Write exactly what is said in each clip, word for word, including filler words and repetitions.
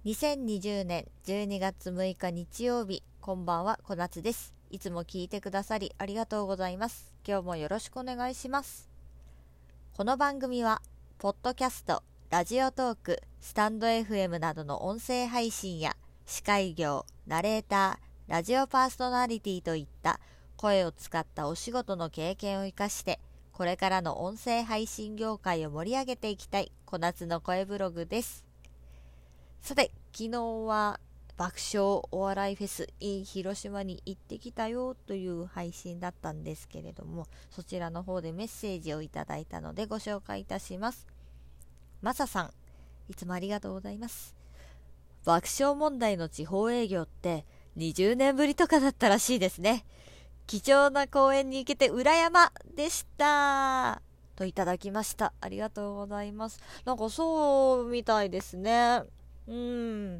にせんにじゅうねんじゅうにがつむいか日曜日、こんばんは、こなつです。いつも聞いてくださりありがとうございます。今日もよろしくお願いします。この番組はポッドキャスト、ラジオトーク、スタンド エフエム などの音声配信や司会業、ナレーター、ラジオパーソナリティといった声を使ったお仕事の経験を生かしてこれからの音声配信業界を盛り上げていきたいこなつの声ブログです。さて、昨日は爆笑お笑いフェス in 広島に行ってきたよという配信だったんですけれども、そちらの方でメッセージをいただいたのでご紹介いたします。まささん、いつもありがとうございます。爆笑問題の地方営業ってにじゅうねんぶりとかだったらしいですね。貴重な公演に行けて裏山でしたといただきました。ありがとうございます。なんかそうみたいですね。うん、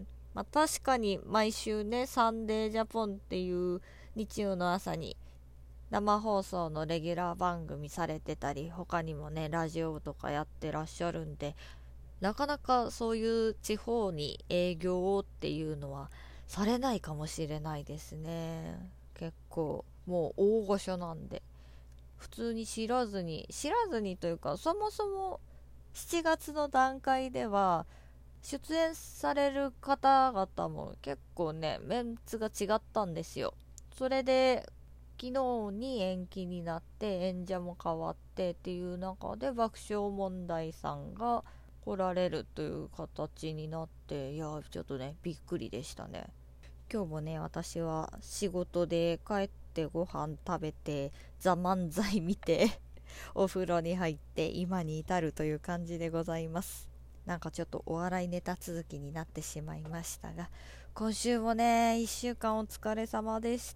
まあ、確かに毎週ね、サンデージャポンっていう日曜の朝に生放送のレギュラー番組されてたり、他にもねラジオとかやってらっしゃるんで、なかなかそういう地方に営業っていうのはされないかもしれないですね。結構もう大御所なんで、普通に知らずに知らずにというか、そもそもしちがつの段階では出演される方々も結構ねメンツが違ったんですよ。それで昨日に延期になって演者も変わってっていう中で爆笑問題さんが来られるという形になって、いやちょっとねびっくりでしたね。今日もね、私は仕事で帰ってご飯食べてザ・漫才見てお風呂に入って今に至るという感じでございます。なんかちょっとお笑いネタ続きになってしまいましたが、今週もねいっしゅうかんお疲れ様でした。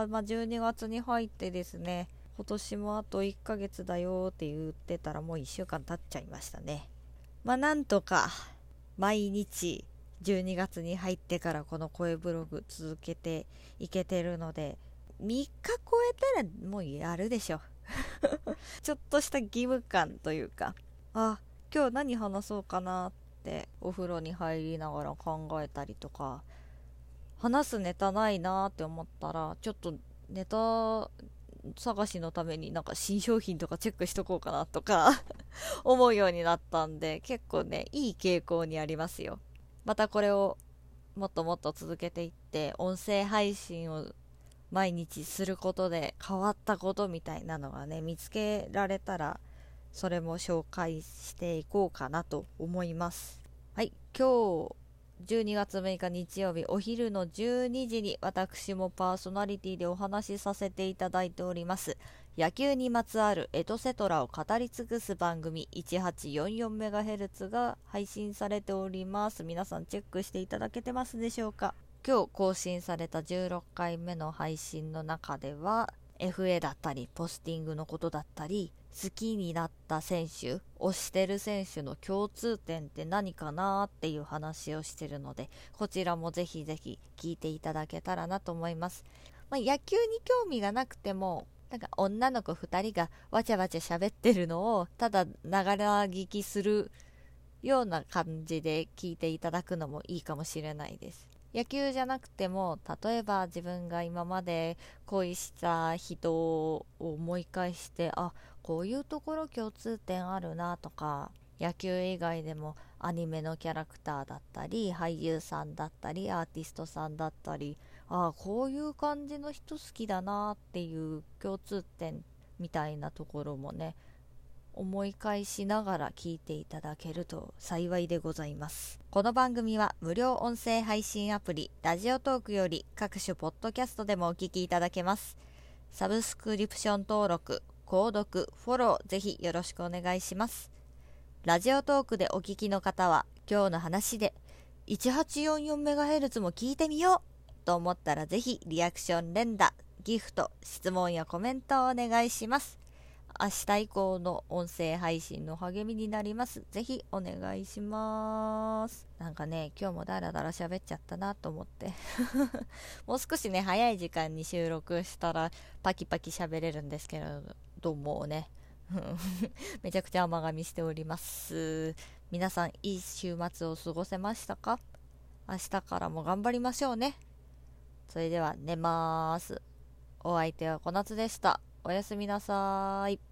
まあ、じゅうにがつに入ってですね、今年もあといっかげつだよって言ってたらもういっしゅうかん経っちゃいましたね。まあなんとか毎日じゅうにがつに入ってからこの声ブログ続けていけてるので、みっか超えたらもうやるでしょちょっとした義務感というか、あ今日何話そうかなってお風呂に入りながら考えたりとか、話すネタないなって思ったらちょっとネタ探しのためになんか新商品とかチェックしとこうかなとか思うようになったんで、結構ねいい傾向にありますよ。またこれをもっともっと続けていって音声配信を毎日することで変わったことみたいなのがね見つけられたら、それも紹介していこうかなと思います。はい、今日じゅうにがつむいか日曜日お昼のじゅうにじに私もパーソナリティでお話しさせていただいております野球にまつわるエトセトラを語り尽くす番組 いちはちよんよんメガヘルツ が配信されております。皆さんチェックしていただけてますでしょうか。今日更新されたじゅうろっかいめの配信の中では エフエー だったりポスティングのことだったり、好きになった選手、推してる選手の共通点って何かなっていう話をしてるので、こちらもぜひぜひ聞いていただけたらなと思います。まあ、野球に興味がなくても、なんか女の子ふたりがわちゃわちゃ喋ってるのをただながら聞きするような感じで聞いていただくのもいいかもしれないです。野球じゃなくても、例えば自分が今まで恋した人を思い返して、あこういうところ共通点あるなとか、野球以外でもアニメのキャラクターだったり俳優さんだったりアーティストさんだったり、あこういう感じの人好きだなっていう共通点みたいなところもね思い返しながら聞いていただけると幸いでございます。この番組は無料音声配信アプリラジオトークより各種ポッドキャストでもお聞きいただけます。サブスクリプション登録、購読、フォローぜひよろしくお願いします。ラジオトークでお聞きの方は今日の話で いちはちよんよんメガヘルツ も聞いてみようと思ったら、ぜひリアクション連打、ギフト、質問やコメントをお願いします。明日以降の音声配信の励みになります。ぜひお願いします。なんかね今日もダラダラ喋っちゃったなと思ってもう少しね早い時間に収録したらパキパキ喋れるんですけれどもねめちゃくちゃ甘噛みしております。皆さんいい週末を過ごせましたか？ 明日からも頑張りましょうね。それでは寝まーす。お相手はこなつでした。おやすみなさーい。